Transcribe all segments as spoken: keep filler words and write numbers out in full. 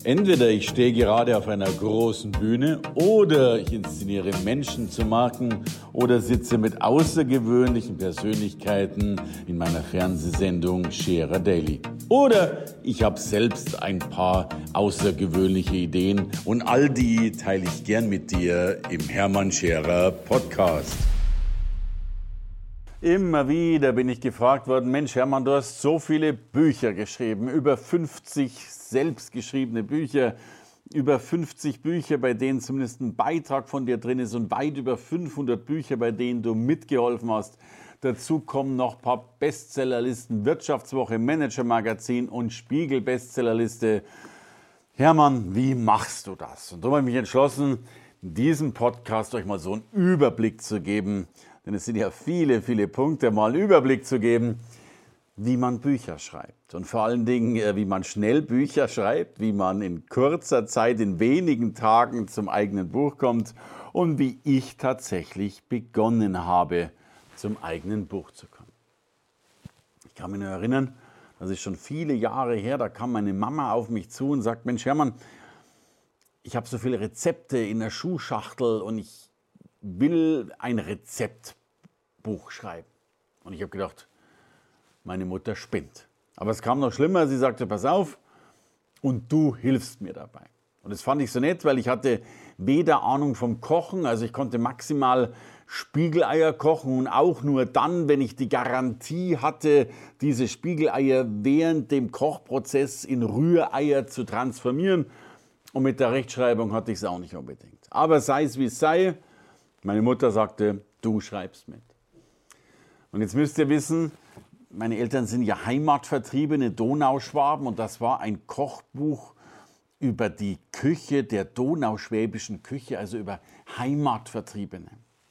Entweder ich stehe gerade auf einer großen Bühne oder ich inszeniere Menschen zu Marken oder sitze mit außergewöhnlichen Persönlichkeiten in meiner Fernsehsendung Scherer Daily. Oder ich habe selbst ein paar außergewöhnliche Ideen und all die teile ich gern mit dir im Hermann Scherer Podcast. Immer wieder bin ich gefragt worden, Mensch Hermann, du hast so viele Bücher geschrieben, über fünfzig selbstgeschriebene Bücher, über fünfzig Bücher, bei denen zumindest ein Beitrag von dir drin ist und weit über fünfhundert Bücher, bei denen du mitgeholfen hast. Dazu kommen noch ein paar Bestsellerlisten, Wirtschaftswoche, Manager-Magazin und Spiegel-Bestsellerliste. Hermann, wie machst du das? Und darum habe ich mich entschlossen, in diesem Podcast euch mal so einen Überblick zu geben, denn es sind ja viele, viele Punkte, mal einen Überblick zu geben, wie man Bücher schreibt. Und vor allen Dingen, wie man schnell Bücher schreibt, wie man in kurzer Zeit, in wenigen Tagen zum eigenen Buch kommt und wie ich tatsächlich begonnen habe, zum eigenen Buch zu kommen. Ich kann mich nur erinnern, das ist schon viele Jahre her, da kam meine Mama auf mich zu und sagt, Mensch Hermann, ich habe so viele Rezepte in der Schuhschachtel und ich will ein Rezeptbuch schreiben. Und ich habe gedacht, meine Mutter spinnt. Aber es kam noch schlimmer, sie sagte, pass auf und du hilfst mir dabei. Und das fand ich so nett, weil ich hatte weder Ahnung vom Kochen, also ich konnte maximal Spiegeleier kochen und auch nur dann, wenn ich die Garantie hatte, diese Spiegeleier während dem Kochprozess in Rühreier zu transformieren. Und mit der Rechtschreibung hatte ich es auch nicht unbedingt. Aber sei es wie es sei, meine Mutter sagte, du schreibst mit. Und jetzt müsst ihr wissen, meine Eltern sind ja heimatvertriebene Donauschwaben und das war ein Kochbuch über die Küche der donauschwäbischen Küche, also über Heimatvertriebene.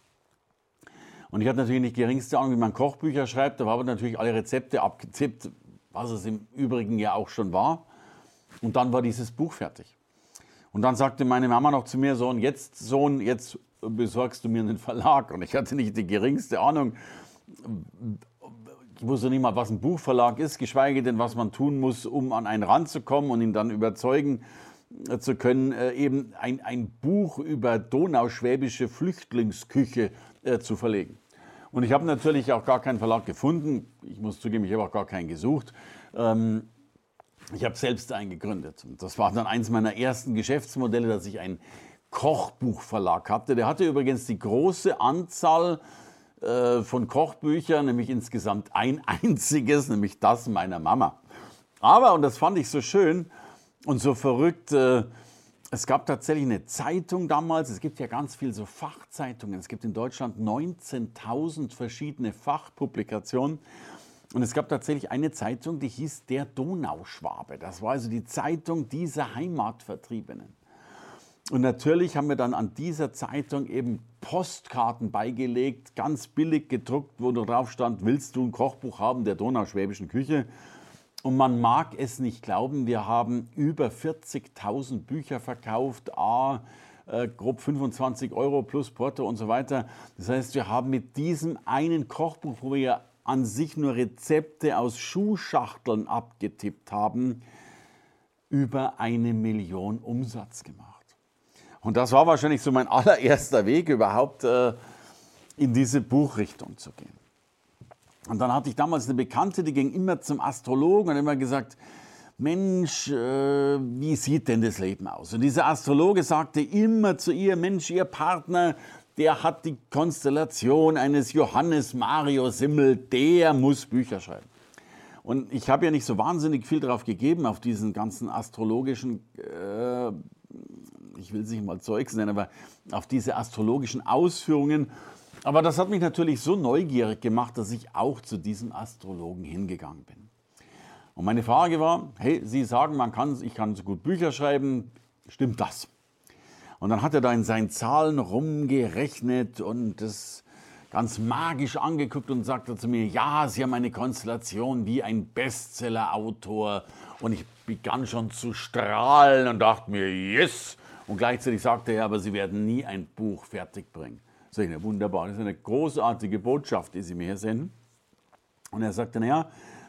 Und ich hatte natürlich nicht die geringste Ahnung, wie man Kochbücher schreibt, da habe natürlich alle Rezepte abgetippt, was es im Übrigen ja auch schon war. Und dann war dieses Buch fertig. Und dann sagte meine Mama noch zu mir, Sohn, jetzt, Sohn, jetzt besorgst du mir einen Verlag. Und ich hatte nicht die geringste Ahnung. Ich wusste nicht mal, was ein Buchverlag ist, geschweige denn, was man tun muss, um an einen ranzukommen und ihn dann überzeugen zu können, eben ein, ein Buch über donauschwäbische Flüchtlingsküche äh, zu verlegen. Und ich habe natürlich auch gar keinen Verlag gefunden. Ich muss zugeben, ich habe auch gar keinen gesucht. Ähm, ich habe selbst einen gegründet. Und das war dann eins meiner ersten Geschäftsmodelle, dass ich einen Kochbuchverlag hatte. Der hatte übrigens die große Anzahl äh, von Kochbüchern, nämlich insgesamt ein einziges, nämlich das meiner Mama. Aber, und das fand ich so schön und so verrückt, äh, es gab tatsächlich eine Zeitung damals, es gibt ja ganz viel so Fachzeitungen, es gibt in Deutschland neunzehntausend verschiedene Fachpublikationen und es gab tatsächlich eine Zeitung, die hieß Der Donauschwabe. Das war also die Zeitung dieser Heimatvertriebenen. Und natürlich haben wir dann an dieser Zeitung eben Postkarten beigelegt, ganz billig gedruckt, wo drauf stand, willst du ein Kochbuch haben der donauschwäbischen Küche? Und man mag es nicht glauben, wir haben über vierzigtausend Bücher verkauft, a, äh, grob fünfundzwanzig Euro plus Porto und so weiter. Das heißt, wir haben mit diesem einen Kochbuch, wo wir an sich nur Rezepte aus Schuhschachteln abgetippt haben, über eine Million Umsatz gemacht. Und das war wahrscheinlich so mein allererster Weg, überhaupt äh, in diese Buchrichtung zu gehen. Und dann hatte ich damals eine Bekannte, die ging immer zum Astrologen und hat immer gesagt, Mensch, äh, wie sieht denn das Leben aus? Und dieser Astrologe sagte immer zu ihr, Mensch, ihr Partner, der hat die Konstellation eines Johannes Mario Simmel, der muss Bücher schreiben. Und ich habe ja nicht so wahnsinnig viel drauf gegeben, auf diesen ganzen astrologischen, äh, ich will es nicht mal Zeugs nennen, aber auf diese astrologischen Ausführungen. Aber das hat mich natürlich so neugierig gemacht, dass ich auch zu diesem Astrologen hingegangen bin. Und meine Frage war, hey, Sie sagen, man kann, ich kann so gut Bücher schreiben, stimmt das? Und dann hat er da in seinen Zahlen rumgerechnet und das ganz magisch angeguckt und sagte zu mir, ja, Sie haben eine Konstellation wie ein Bestseller-Autor. Und ich begann schon zu strahlen und dachte mir, yes! Und gleichzeitig sagte er, aber Sie werden nie ein Buch fertigbringen. Sag ich, na wunderbar, das ist eine großartige Botschaft, die Sie mir hier senden. Und er sagte, naja,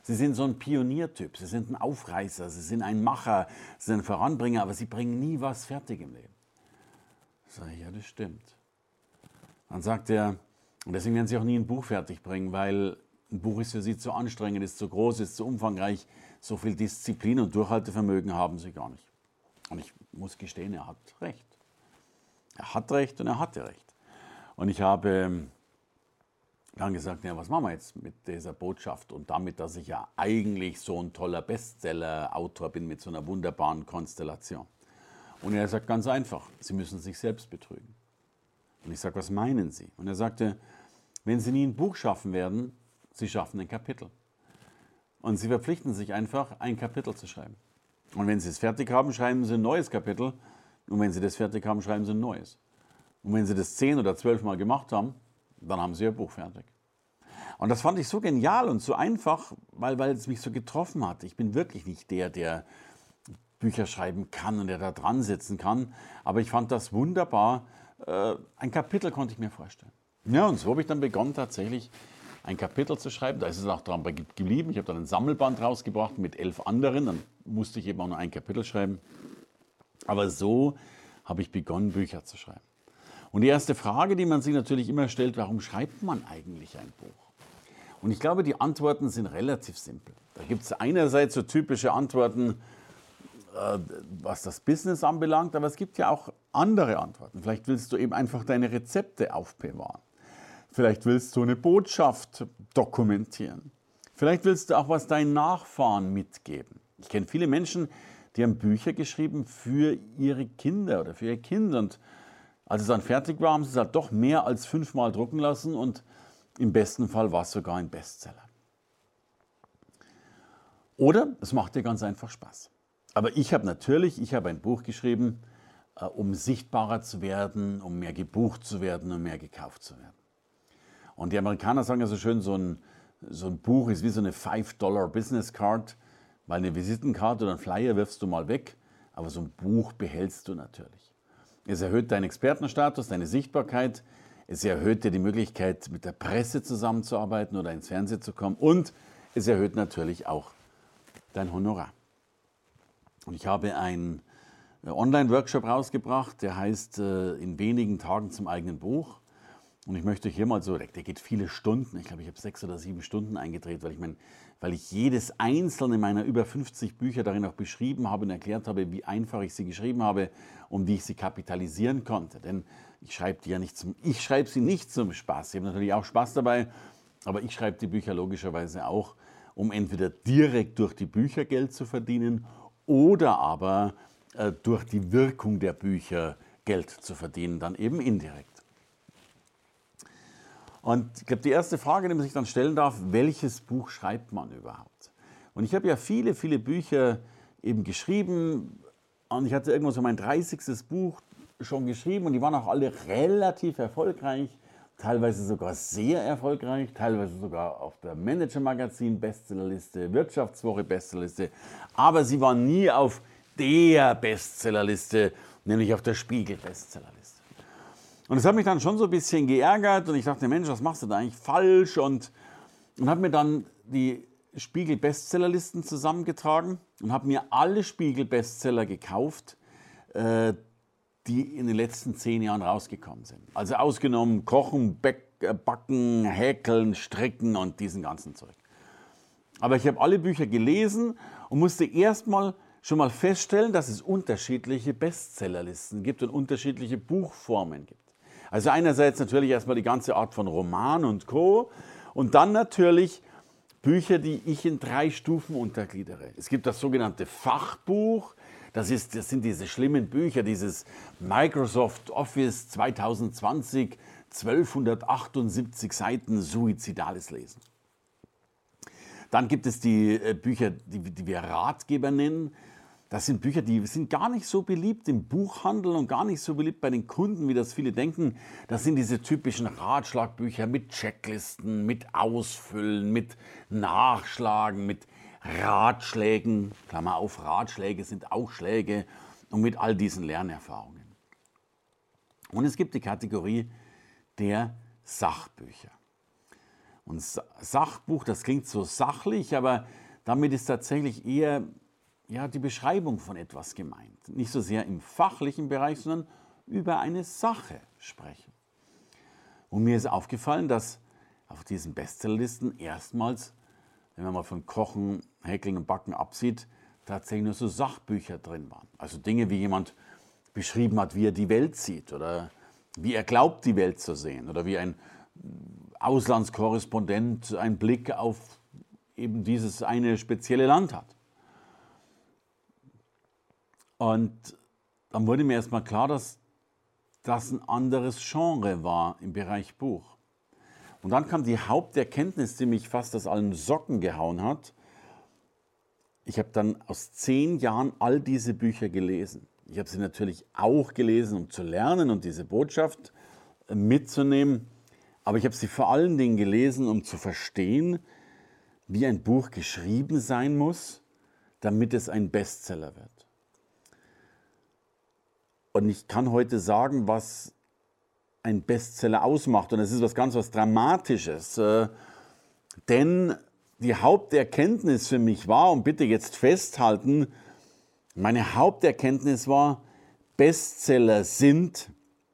Sie sind so ein Pioniertyp, Sie sind ein Aufreißer, Sie sind ein Macher, Sie sind ein Voranbringer, aber Sie bringen nie was fertig im Leben. Sag ich, ja, das stimmt. Dann sagt er, und deswegen werden Sie auch nie ein Buch fertig bringen, weil ein Buch ist für Sie zu anstrengend, ist zu groß, ist zu umfangreich, so viel Disziplin und Durchhaltevermögen haben Sie gar nicht. Und ich muss gestehen, er hat recht. Er hat recht und er hatte recht. Und ich habe dann gesagt, ja, was machen wir jetzt mit dieser Botschaft und damit, dass ich ja eigentlich so ein toller Bestseller-Autor bin mit so einer wunderbaren Konstellation. Und er sagt ganz einfach, Sie müssen sich selbst betrügen. Und ich sage, was meinen Sie? Und er sagte, wenn Sie nie ein Buch schaffen werden, Sie schaffen ein Kapitel. Und Sie verpflichten sich einfach, ein Kapitel zu schreiben. Und wenn Sie es fertig haben, schreiben Sie ein neues Kapitel. Und wenn Sie das fertig haben, schreiben Sie ein neues. Und wenn Sie das zehn oder zwölf Mal gemacht haben, dann haben Sie Ihr Buch fertig. Und das fand ich so genial und so einfach, weil, weil es mich so getroffen hat. Ich bin wirklich nicht der, der Bücher schreiben kann und der da dran sitzen kann. Aber ich fand das wunderbar. Äh, ein Kapitel konnte ich mir vorstellen. Ja, und so habe ich dann begonnen, tatsächlich ein Kapitel zu schreiben. Da ist es auch dran geblieben. Ich habe dann ein Sammelband rausgebracht mit elf anderen. Dann musste ich eben auch nur ein Kapitel schreiben. Aber so habe ich begonnen, Bücher zu schreiben. Und die erste Frage, die man sich natürlich immer stellt, warum schreibt man eigentlich ein Buch? Und ich glaube, die Antworten sind relativ simpel. Da gibt es einerseits so typische Antworten, äh, was das Business anbelangt, aber es gibt ja auch andere Antworten. Vielleicht willst du eben einfach deine Rezepte aufbewahren. Vielleicht willst du eine Botschaft dokumentieren. Vielleicht willst du auch was deinen Nachfahren mitgeben. Ich kenne viele Menschen, die haben Bücher geschrieben für ihre Kinder oder für ihr Kind. Und als es dann fertig war, haben sie es halt doch mehr als fünfmal drucken lassen und im besten Fall war es sogar ein Bestseller. Oder es macht dir ganz einfach Spaß. Aber ich habe natürlich, ich habe ein Buch geschrieben, äh, um sichtbarer zu werden, um mehr gebucht zu werden, um mehr gekauft zu werden. Und die Amerikaner sagen ja so schön, so ein, so ein Buch ist wie so eine five Dollar Business Card, weil eine Visitenkarte oder ein Flyer wirfst du mal weg, aber so ein Buch behältst du natürlich. Es erhöht deinen Expertenstatus, deine Sichtbarkeit, es erhöht dir die Möglichkeit, mit der Presse zusammenzuarbeiten oder ins Fernsehen zu kommen und es erhöht natürlich auch dein Honorar. Und ich habe einen Online-Workshop rausgebracht, der heißt äh, in wenigen Tagen zum eigenen Buch. Und ich möchte hier mal so, der geht viele Stunden, ich glaube, ich habe sechs oder sieben Stunden eingedreht, weil ich, mein, weil ich jedes einzelne meiner über fünfzig Bücher darin auch beschrieben habe und erklärt habe, wie einfach ich sie geschrieben habe und wie ich sie kapitalisieren konnte. Denn ich schreibe die ja nicht zum, ich schreibe sie nicht zum Spaß. Ich habe natürlich auch Spaß dabei, aber ich schreibe die Bücher logischerweise auch, um entweder direkt durch die Bücher Geld zu verdienen oder aber äh, durch die Wirkung der Bücher Geld zu verdienen, dann eben indirekt. Und ich glaube, die erste Frage, die man sich dann stellen darf, welches Buch schreibt man überhaupt? Und ich habe ja viele, viele Bücher eben geschrieben und ich hatte irgendwann so mein dreißigstes Buch schon geschrieben und die waren auch alle relativ erfolgreich, teilweise sogar sehr erfolgreich, teilweise sogar auf der Manager-Magazin-Bestsellerliste, Wirtschaftswoche-Bestsellerliste, aber sie waren nie auf der Bestsellerliste, nämlich auf der Spiegel-Bestsellerliste. Und das hat mich dann schon so ein bisschen geärgert und ich dachte, Mensch, was machst du da eigentlich falsch? Und, und habe mir dann die Spiegel-Bestsellerlisten zusammengetragen und habe mir alle Spiegel-Bestseller gekauft, äh, die in den letzten zehn Jahren rausgekommen sind. Also ausgenommen Kochen, Backen, Häkeln, Stricken und diesen ganzen Zeug. Aber ich habe alle Bücher gelesen und musste erstmal schon mal feststellen, dass es unterschiedliche Bestsellerlisten gibt und unterschiedliche Buchformen gibt. Also einerseits natürlich erstmal die ganze Art von Roman und Co. Und dann natürlich Bücher, die ich in drei Stufen untergliedere. Es gibt das sogenannte Fachbuch. Das, ist, das sind diese schlimmen Bücher, dieses Microsoft Office zwanzig zwanzig, zwölfhundertachtundsiebzig Seiten suizidales Lesen. Dann gibt es die Bücher, die, die wir Ratgeber nennen. Das sind Bücher, die sind gar nicht so beliebt im Buchhandel und gar nicht so beliebt bei den Kunden, wie das viele denken. Das sind diese typischen Ratschlagbücher mit Checklisten, mit Ausfüllen, mit Nachschlagen, mit Ratschlägen. Klammer auf, Ratschläge sind auch Schläge und mit all diesen Lernerfahrungen. Und es gibt die Kategorie der Sachbücher. Und Sachbuch, das klingt so sachlich, aber damit ist tatsächlich eher ja, die Beschreibung von etwas gemeint. Nicht so sehr im fachlichen Bereich, sondern über eine Sache sprechen. Und mir ist aufgefallen, dass auf diesen Bestsellerlisten erstmals, wenn man mal von Kochen, Häkeln und Backen absieht, tatsächlich nur so Sachbücher drin waren. Also Dinge, wie jemand beschrieben hat, wie er die Welt sieht oder wie er glaubt, die Welt zu sehen oder wie ein Auslandskorrespondent einen Blick auf eben dieses eine spezielle Land hat. Und dann wurde mir erstmal klar, dass das ein anderes Genre war im Bereich Buch. Und dann kam die Haupterkenntnis, die mich fast aus allen Socken gehauen hat. Ich habe dann aus zehn Jahren all diese Bücher gelesen. Ich habe sie natürlich auch gelesen, um zu lernen und diese Botschaft mitzunehmen. Aber ich habe sie vor allen Dingen gelesen, um zu verstehen, wie ein Buch geschrieben sein muss, damit es ein Bestseller wird. Und ich kann heute sagen, was ein Bestseller ausmacht. Und es ist was ganz was Dramatisches. Äh, denn die Haupterkenntnis für mich war, und bitte jetzt festhalten, meine Haupterkenntnis war, Bestseller sind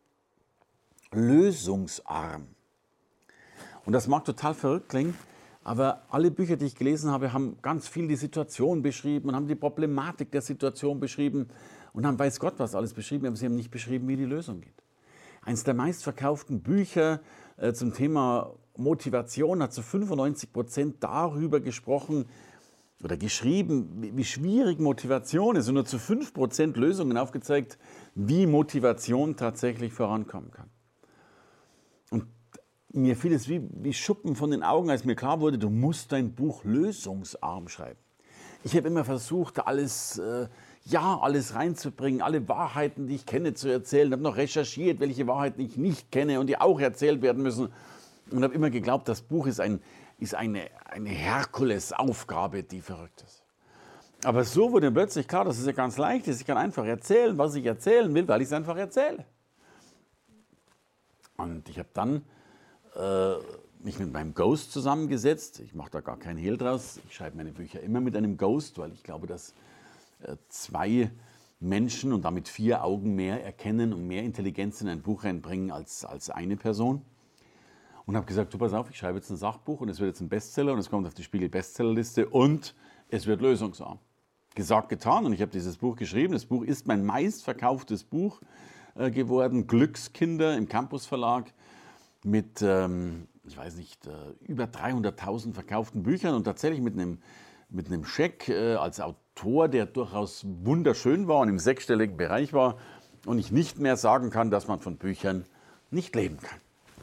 lösungsarm. Und das mag total verrückt klingen, aber alle Bücher, die ich gelesen habe, haben ganz viel die Situation beschrieben und haben die Problematik der Situation beschrieben und haben weiß Gott was alles beschrieben, aber sie haben nicht beschrieben, wie die Lösung geht. Eines der meistverkauften Bücher äh, zum Thema Motivation hat zu fünfundneunzig Prozent darüber gesprochen oder geschrieben, wie, wie schwierig Motivation ist und nur zu fünf Prozent Lösungen aufgezeigt, wie Motivation tatsächlich vorankommen kann. Und mir fiel es wie, wie Schuppen von den Augen, als mir klar wurde, du musst dein Buch lösungsarm schreiben. Ich habe immer versucht, alles, äh, ja, alles reinzubringen, alle Wahrheiten, die ich kenne, zu erzählen. Ich habe noch recherchiert, welche Wahrheiten ich nicht kenne und die auch erzählt werden müssen. Und habe immer geglaubt, das Buch ist, ein, ist eine, eine Herkulesaufgabe, die verrückt ist. Aber so wurde mir plötzlich klar, dass es ja ganz leicht ist. Ich kann einfach erzählen, was ich erzählen will, weil ich es einfach erzähle. Und ich habe dann äh, mich mit meinem Ghost zusammengesetzt. Ich mache da gar keinen Hehl draus. Ich schreibe meine Bücher immer mit einem Ghost, weil ich glaube, dass äh, zwei Menschen und damit vier Augen mehr erkennen und mehr Intelligenz in ein Buch reinbringen als, als eine Person. Und habe gesagt, du pass auf, ich schreibe jetzt ein Sachbuch und es wird jetzt ein Bestseller und es kommt auf die Spiegel-Bestsellerliste und es wird lösungsarm. Gesagt, getan, und ich habe dieses Buch geschrieben. Das Buch ist mein meistverkauftes Buch äh, geworden, Glückskinder im Campus Verlag mit, ähm, ich weiß nicht, äh, über dreihunderttausend verkauften Büchern und tatsächlich mit einem, mit einem Scheck äh, als Autor, der durchaus wunderschön war und im sechsstelligen Bereich war und ich nicht mehr sagen kann, dass man von Büchern nicht leben kann.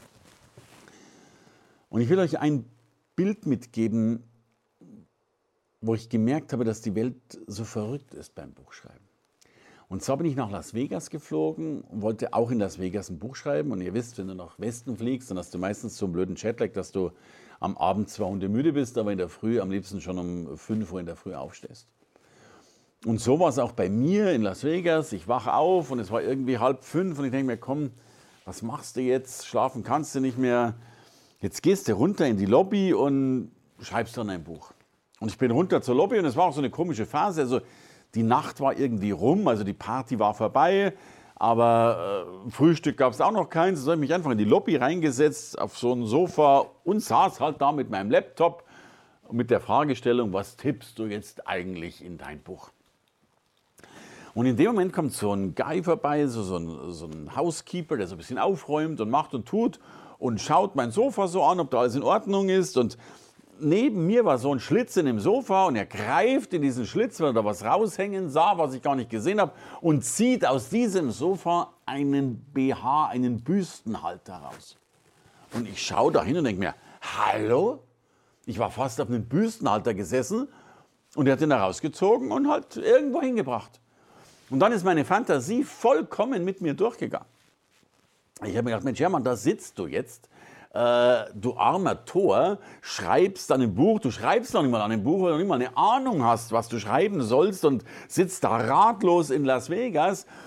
Und ich will euch ein Bild mitgeben, wo ich gemerkt habe, dass die Welt so verrückt ist beim Buchschreiben. Und zwar bin ich nach Las Vegas geflogen und wollte auch in Las Vegas ein Buch schreiben. Und ihr wisst, wenn du nach Westen fliegst, dann hast du meistens so einen blöden Jetlag, dass du am Abend zwar hundemüde bist, aber in der Früh am liebsten schon um fünf Uhr in der Früh aufstehst. Und so war es auch bei mir in Las Vegas. Ich wache auf und es war irgendwie halb fünf und ich denke mir, komm, was machst du jetzt? Schlafen kannst du nicht mehr. Jetzt gehst du runter in die Lobby und schreibst dann ein Buch. Und ich bin runter zur Lobby und es war auch so eine komische Phase. Also die Nacht war irgendwie rum, also die Party war vorbei, aber äh, Frühstück gab es auch noch keins. So habe ich mich einfach in die Lobby reingesetzt, auf so ein Sofa und saß halt da mit meinem Laptop mit der Fragestellung, was tippst du jetzt eigentlich in dein Buch? Und in dem Moment kommt so ein Guy vorbei, so, so, ein, so ein Housekeeper, der so ein bisschen aufräumt und macht und tut und schaut mein Sofa so an, ob da alles in Ordnung ist. Und neben mir war so ein Schlitz in dem Sofa und er greift in diesen Schlitz, weil er da was raushängen sah, was ich gar nicht gesehen habe, und zieht aus diesem Sofa einen B H, einen Büstenhalter raus. Und ich schaue da hin und denke mir, hallo? Ich war fast auf einen Büstenhalter gesessen und er hat ihn da rausgezogen und halt irgendwo hingebracht. Und dann ist meine Fantasie vollkommen mit mir durchgegangen. Ich habe mir gedacht, Mensch, Hermann, da sitzt du jetzt, äh, du armer Tor, schreibst an einem Buch, du schreibst noch nicht mal an einem Buch, weil du nicht mal eine Ahnung hast, was du schreiben sollst und sitzt da ratlos in Las Vegas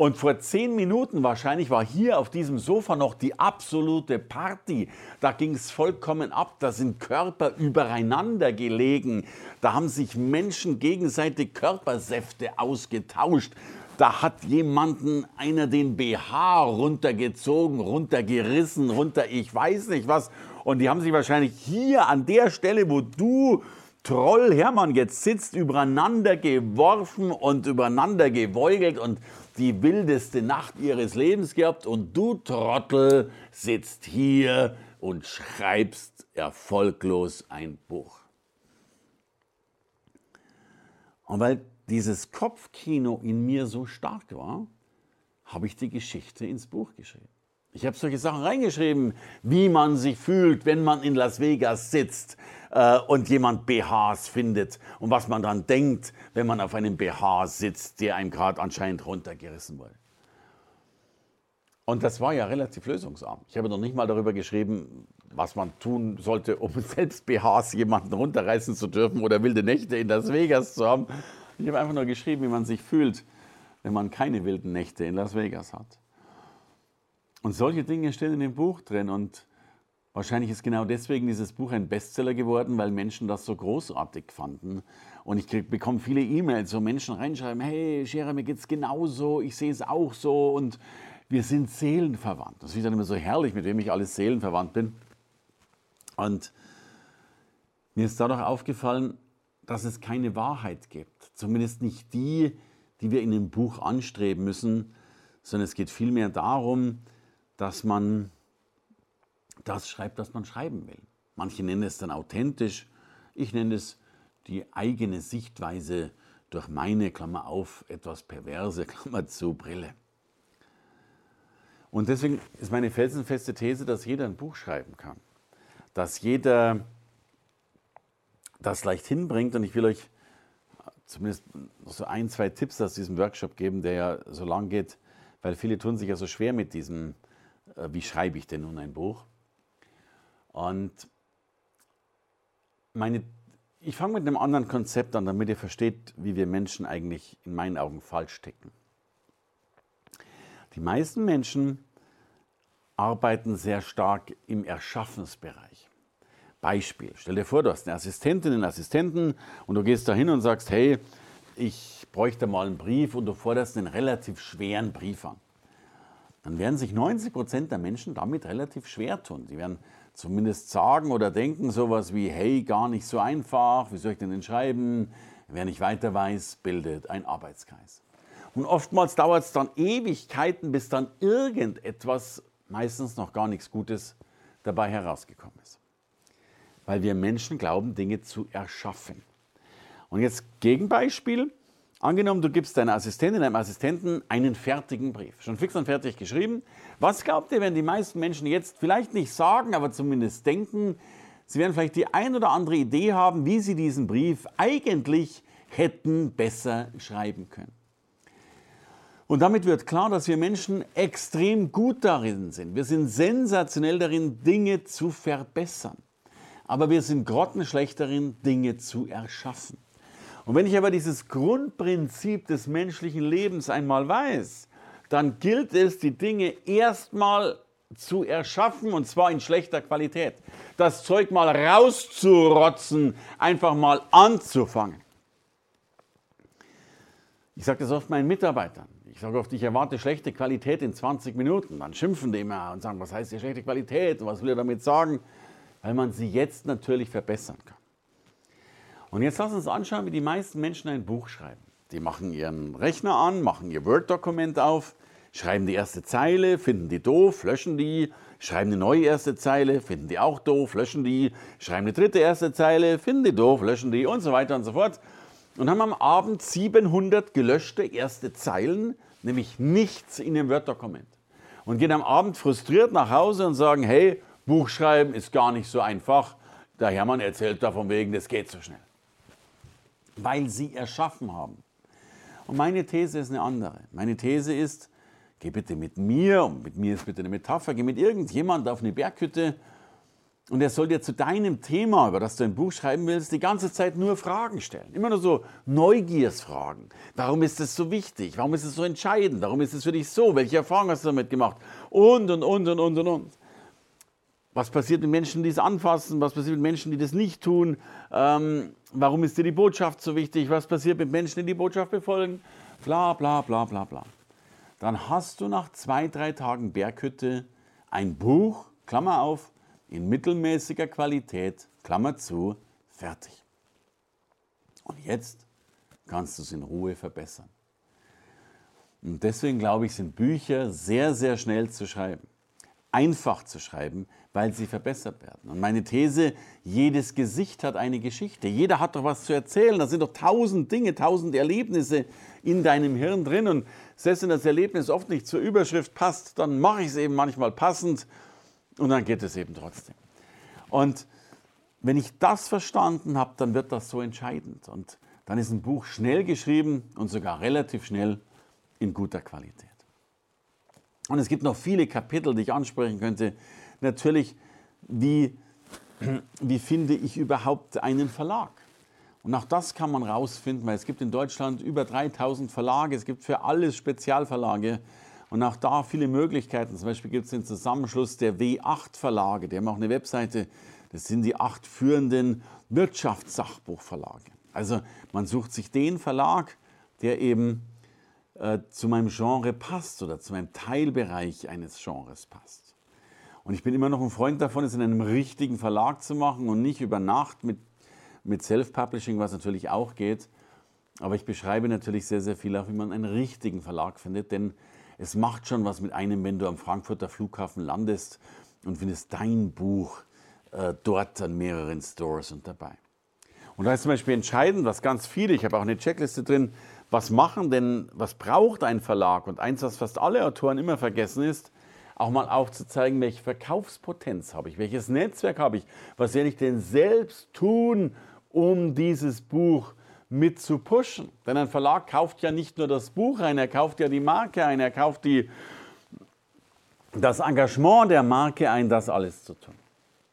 Und vor zehn Minuten wahrscheinlich war hier auf diesem Sofa noch die absolute Party. Da ging es vollkommen ab, da sind Körper übereinander gelegen. Da haben sich Menschen gegenseitig Körpersäfte ausgetauscht. Da hat jemanden einer den B H runtergezogen, runtergerissen, runter ich weiß nicht was. Und die haben sich wahrscheinlich hier an der Stelle, wo du, Troll Hermann, jetzt sitzt, übereinander geworfen und übereinander gebeugelt und die wildeste Nacht ihres Lebens gehabt. Und du, Trottel, sitzt hier und schreibst erfolglos ein Buch. Und weil dieses Kopfkino in mir so stark war, habe ich die Geschichte ins Buch geschrieben. Ich habe solche Sachen reingeschrieben, wie man sich fühlt, wenn man in Las Vegas sitzt äh, und jemand B Hs findet und was man dann denkt, wenn man auf einem B H sitzt, der einem gerade anscheinend runtergerissen wurde. Und das war ja relativ lösungsarm. Ich habe noch nicht mal darüber geschrieben, was man tun sollte, um selbst B Hs jemanden runterreißen zu dürfen oder wilde Nächte in Las Vegas zu haben. Ich habe einfach nur geschrieben, wie man sich fühlt, wenn man keine wilden Nächte in Las Vegas hat. Und solche Dinge stehen in dem Buch drin und wahrscheinlich ist genau deswegen dieses Buch ein Bestseller geworden, weil Menschen das so großartig fanden. Und ich krieg, bekomme viele E-Mails, wo Menschen reinschreiben, hey Scherer, mir geht's genauso, ich sehe es auch so und wir sind seelenverwandt. Das ist dann immer so herrlich, mit wem ich alles seelenverwandt bin. Und mir ist dadurch aufgefallen, dass es keine Wahrheit gibt. Zumindest nicht die, die wir in dem Buch anstreben müssen, sondern es geht vielmehr darum, dass man das schreibt, was man schreiben will. Manche nennen es dann authentisch, ich nenne es die eigene Sichtweise durch meine, Klammer auf, etwas perverse, Klammer zu, Brille. Und deswegen ist meine felsenfeste These, dass jeder ein Buch schreiben kann. Dass jeder das leicht hinbringt und ich will euch zumindest noch so ein, zwei Tipps aus diesem Workshop geben, der ja so lang geht, weil viele tun sich ja so schwer mit diesem, äh, wie schreibe ich denn nun ein Buch? Und meine, ich fange mit einem anderen Konzept an, damit ihr versteht, wie wir Menschen eigentlich in meinen Augen falsch ticken. Die meisten Menschen arbeiten sehr stark im Erschaffensbereich. Beispiel, stell dir vor, du hast eine Assistentin, einen Assistenten und du gehst da hin und sagst, hey, ich bräuchte mal einen Brief und du forderst einen relativ schweren Brief an. Dann werden sich neunzig Prozent der Menschen damit relativ schwer tun. Die werden zumindest sagen oder denken sowas wie, hey, gar nicht so einfach, wie soll ich denn den schreiben? Wer nicht weiter weiß, bildet ein Arbeitskreis. Und oftmals dauert es dann Ewigkeiten, bis dann irgendetwas, meistens noch gar nichts Gutes, dabei herausgekommen ist. Weil wir Menschen glauben, Dinge zu erschaffen. Und jetzt Gegenbeispiel. Angenommen, du gibst deiner Assistentin, deinem Assistenten einen fertigen Brief. Schon fix und fertig geschrieben. Was glaubt ihr, wenn die meisten Menschen jetzt vielleicht nicht sagen, aber zumindest denken, sie werden vielleicht die ein oder andere Idee haben, wie sie diesen Brief eigentlich hätten besser schreiben können. Und damit wird klar, dass wir Menschen extrem gut darin sind. Wir sind sensationell darin, Dinge zu verbessern. Aber wir sind grottenschlecht darin, Dinge zu erschaffen. Und wenn ich aber dieses Grundprinzip des menschlichen Lebens einmal weiß, dann gilt es, die Dinge erstmal zu erschaffen, und zwar in schlechter Qualität. Das Zeug mal rauszurotzen, einfach mal anzufangen. Ich sage das oft meinen Mitarbeitern. Ich sage oft, ich erwarte schlechte Qualität in zwanzig Minuten. Dann schimpfen die immer und sagen, was heißt hier schlechte Qualität und was will er damit sagen? Weil man sie jetzt natürlich verbessern kann. Und jetzt lass uns anschauen, wie die meisten Menschen ein Buch schreiben. Die machen ihren Rechner an, machen ihr Word-Dokument auf, schreiben die erste Zeile, finden die doof, löschen die, schreiben eine neue erste Zeile, finden die auch doof, löschen die, schreiben eine dritte erste Zeile, finden die doof, löschen die und so weiter und so fort. Und haben am Abend siebenhundert gelöschte erste Zeilen, nämlich nichts in dem Word-Dokument. Und gehen am Abend frustriert nach Hause und sagen, hey, Buch schreiben ist gar nicht so einfach. Der Hermann erzählt davon wegen, das geht so schnell. Weil sie erschaffen haben. Und meine These ist eine andere. Meine These ist, geh bitte mit mir, und mit mir ist bitte eine Metapher, geh mit irgendjemand auf eine Berghütte Und er soll dir zu deinem Thema, über das du ein Buch schreiben willst, die ganze Zeit nur Fragen stellen. Immer nur so Neugiersfragen. Warum ist es so wichtig? Warum ist es so entscheidend? Warum ist es für dich so? Welche Erfahrungen hast du damit gemacht? Und, und, und, und, und, und, und. Was passiert mit Menschen, die es anfassen? Was passiert mit Menschen, die das nicht tun? Ähm, warum ist dir die Botschaft so wichtig? Was passiert mit Menschen, die die Botschaft befolgen? Bla, bla, bla, bla, bla. Dann hast du nach zwei, drei Tagen Berghütte ein Buch, Klammer auf, in mittelmäßiger Qualität, Klammer zu, fertig. Und jetzt kannst du es in Ruhe verbessern. Und deswegen glaube ich, sind Bücher sehr, sehr schnell zu schreiben. Einfach zu schreiben, weil sie verbessert werden. Und meine These, jedes Gesicht hat eine Geschichte. Jeder hat doch was zu erzählen. Da sind doch tausend Dinge, tausend Erlebnisse in deinem Hirn drin. Und selbst wenn das Erlebnis oft nicht zur Überschrift passt, dann mache ich es eben manchmal passend. Und dann geht es eben trotzdem. Und wenn ich das verstanden habe, dann wird das so entscheidend. Und dann ist ein Buch schnell geschrieben und sogar relativ schnell in guter Qualität. Und es gibt noch viele Kapitel, die ich ansprechen könnte. Natürlich, wie, wie finde ich überhaupt einen Verlag? Und auch das kann man rausfinden, weil es gibt in Deutschland über dreitausend Verlage. Es gibt für alles Spezialverlage. Und auch da viele Möglichkeiten. Zum Beispiel gibt es den Zusammenschluss der W acht Verlage. Die haben auch eine Webseite. Das sind die acht führenden Wirtschaftssachbuchverlage. Also man sucht sich den Verlag, der eben äh, zu meinem Genre passt oder zu meinem Teilbereich eines Genres passt. Und ich bin immer noch ein Freund davon, es in einem richtigen Verlag zu machen und nicht über Nacht mit, mit Self-Publishing, was natürlich auch geht. Aber ich beschreibe natürlich sehr, sehr viel auch, wie man einen richtigen Verlag findet, denn es macht schon was mit einem, wenn du am Frankfurter Flughafen landest und findest dein Buch äh, dort an mehreren Stores und dabei. Und da ist zum Beispiel entscheidend, was ganz viele, ich habe auch eine Checkliste drin, was machen denn, was braucht ein Verlag? Und eins, was fast alle Autoren immer vergessen ist, auch mal aufzuzeigen, welche Verkaufspotenz habe ich, welches Netzwerk habe ich, was werde ich denn selbst tun, um dieses Buch mit zu pushen. Denn ein Verlag kauft ja nicht nur das Buch ein, er kauft ja die Marke ein, er kauft die, das Engagement der Marke ein, das alles zu tun.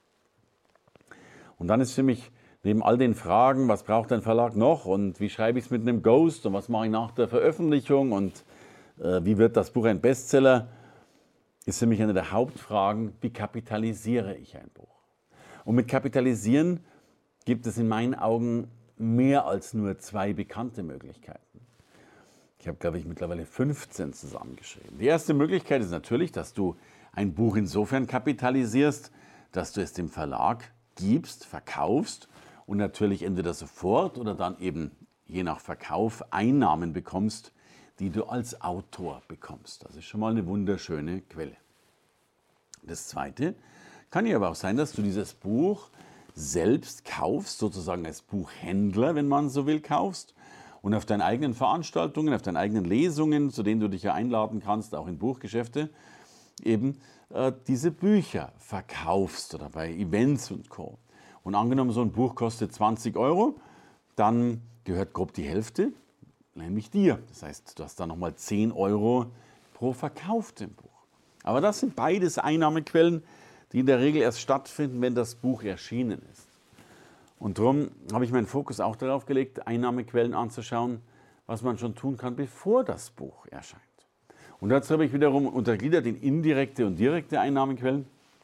Und dann ist für mich neben all den Fragen, was braucht ein Verlag noch und wie schreibe ich es mit einem Ghost und was mache ich nach der Veröffentlichung und äh, wie wird das Buch ein Bestseller, ist für mich eine der Hauptfragen, wie kapitalisiere ich ein Buch? Und mit Kapitalisieren gibt es in meinen Augen mehr als nur zwei bekannte Möglichkeiten. Ich habe, glaube ich, mittlerweile fünfzehn zusammengeschrieben. Die erste Möglichkeit ist natürlich, dass du ein Buch insofern kapitalisierst, dass du es dem Verlag gibst, verkaufst und natürlich entweder sofort oder dann eben je nach Verkauf Einnahmen bekommst, die du als Autor bekommst. Das ist schon mal eine wunderschöne Quelle. Das Zweite kann ja aber auch sein, dass du dieses Buch selbst kaufst, sozusagen als Buchhändler, wenn man so will, kaufst und auf deinen eigenen Veranstaltungen, auf deinen eigenen Lesungen, zu denen du dich ja einladen kannst, auch in Buchgeschäfte, eben äh, diese Bücher verkaufst oder bei Events und Co. Und angenommen, so ein Buch kostet zwanzig Euro, dann gehört grob die Hälfte, nämlich dir. Das heißt, du hast da nochmal zehn Euro pro verkauftem Buch. Aber das sind beides Einnahmequellen, die in der Regel erst stattfinden, wenn das Buch erschienen ist. Und darum habe ich meinen Fokus auch darauf gelegt, Einnahmequellen anzuschauen, was man schon tun kann, bevor das Buch erscheint. Und dazu habe ich wiederum untergliedert in indirekte und direkte Einnahmequellen.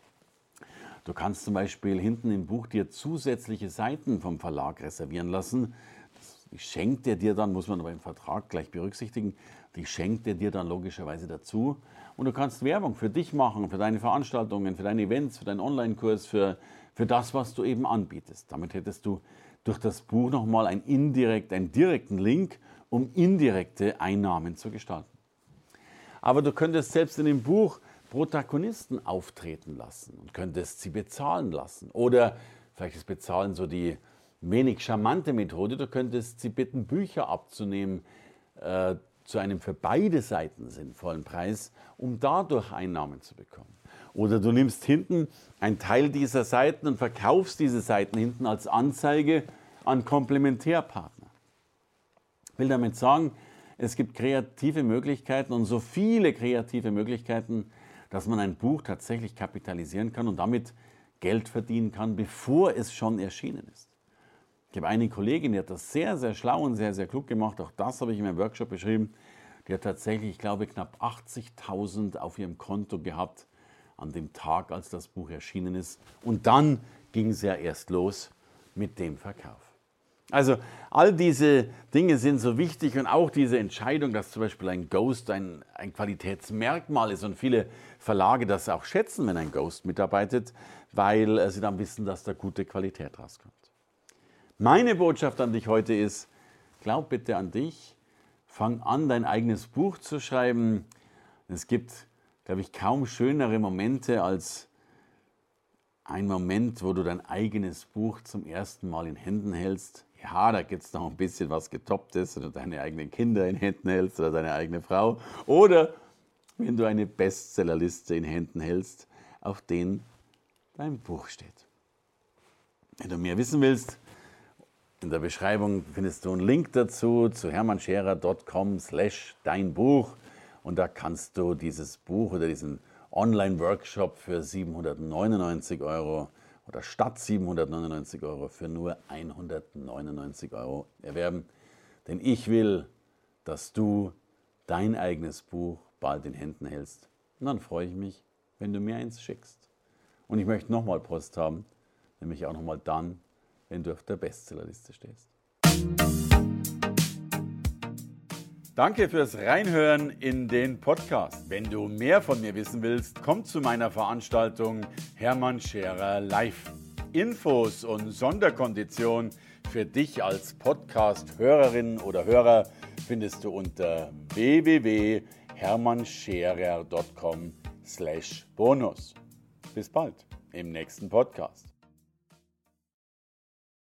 Du kannst zum Beispiel hinten im Buch dir zusätzliche Seiten vom Verlag reservieren lassen. Die schenkt er dir dann, muss man aber im Vertrag gleich berücksichtigen, die schenkt er dir dann logischerweise dazu. Und du kannst Werbung für dich machen, für deine Veranstaltungen, für deine Events, für deinen Online-Kurs, für, für das, was du eben anbietest. Damit hättest du durch das Buch nochmal einen, indirekt, einen direkten Link, um indirekte Einnahmen zu gestalten. Aber du könntest selbst in dem Buch Protagonisten auftreten lassen und könntest sie bezahlen lassen. Oder vielleicht ist Bezahlen so die wenig charmante Methode, du könntest sie bitten, Bücher abzunehmen äh, zu einem für beide Seiten sinnvollen Preis, um dadurch Einnahmen zu bekommen. Oder du nimmst hinten einen Teil dieser Seiten und verkaufst diese Seiten hinten als Anzeige an Komplementärpartner. Ich will damit sagen, es gibt kreative Möglichkeiten und so viele kreative Möglichkeiten, dass man ein Buch tatsächlich kapitalisieren kann und damit Geld verdienen kann, bevor es schon erschienen ist. Ich habe eine Kollegin, die hat das sehr, sehr schlau und sehr, sehr klug gemacht. Auch das habe ich in meinem Workshop beschrieben. Die hat tatsächlich, ich glaube, knapp achtzigtausend auf ihrem Konto gehabt an dem Tag, als das Buch erschienen ist. Und dann ging es ja erst los mit dem Verkauf. Also all diese Dinge sind so wichtig und auch diese Entscheidung, dass zum Beispiel ein Ghost ein, ein Qualitätsmerkmal ist und viele Verlage das auch schätzen, wenn ein Ghost mitarbeitet, weil äh, sie dann wissen, dass da gute Qualität rauskommt. Meine Botschaft an dich heute ist, glaub bitte an dich, fang an, dein eigenes Buch zu schreiben. Es gibt, glaube ich, kaum schönere Momente als ein Moment, wo du dein eigenes Buch zum ersten Mal in Händen hältst. Ja, da gibt es noch ein bisschen was Getopptes, oder deine eigenen Kinder in Händen hältst oder deine eigene Frau. Oder wenn du eine Bestsellerliste in Händen hältst, auf denen dein Buch steht. Wenn du mehr wissen willst, in der Beschreibung findest du einen Link dazu zu hermannscherer punkt com slash dein Buch und da kannst du dieses Buch oder diesen Online-Workshop für siebenhundertneunundneunzig Euro oder statt siebenhundertneunundneunzig Euro für nur hundertneunundneunzig Euro erwerben. Denn ich will, dass du dein eigenes Buch bald in Händen hältst. Und dann freue ich mich, wenn du mir eins schickst. Und ich möchte nochmal Post haben, nämlich auch nochmal dann, wenn du auf der Bestsellerliste stehst. Danke fürs Reinhören in den Podcast. Wenn du mehr von mir wissen willst, komm zu meiner Veranstaltung Hermann Scherer Live. Infos und Sonderkonditionen für dich als Podcast-Hörerin oder Hörer findest du unter w w w punkt hermannscherer punkt com slash bonus. Bis bald im nächsten Podcast.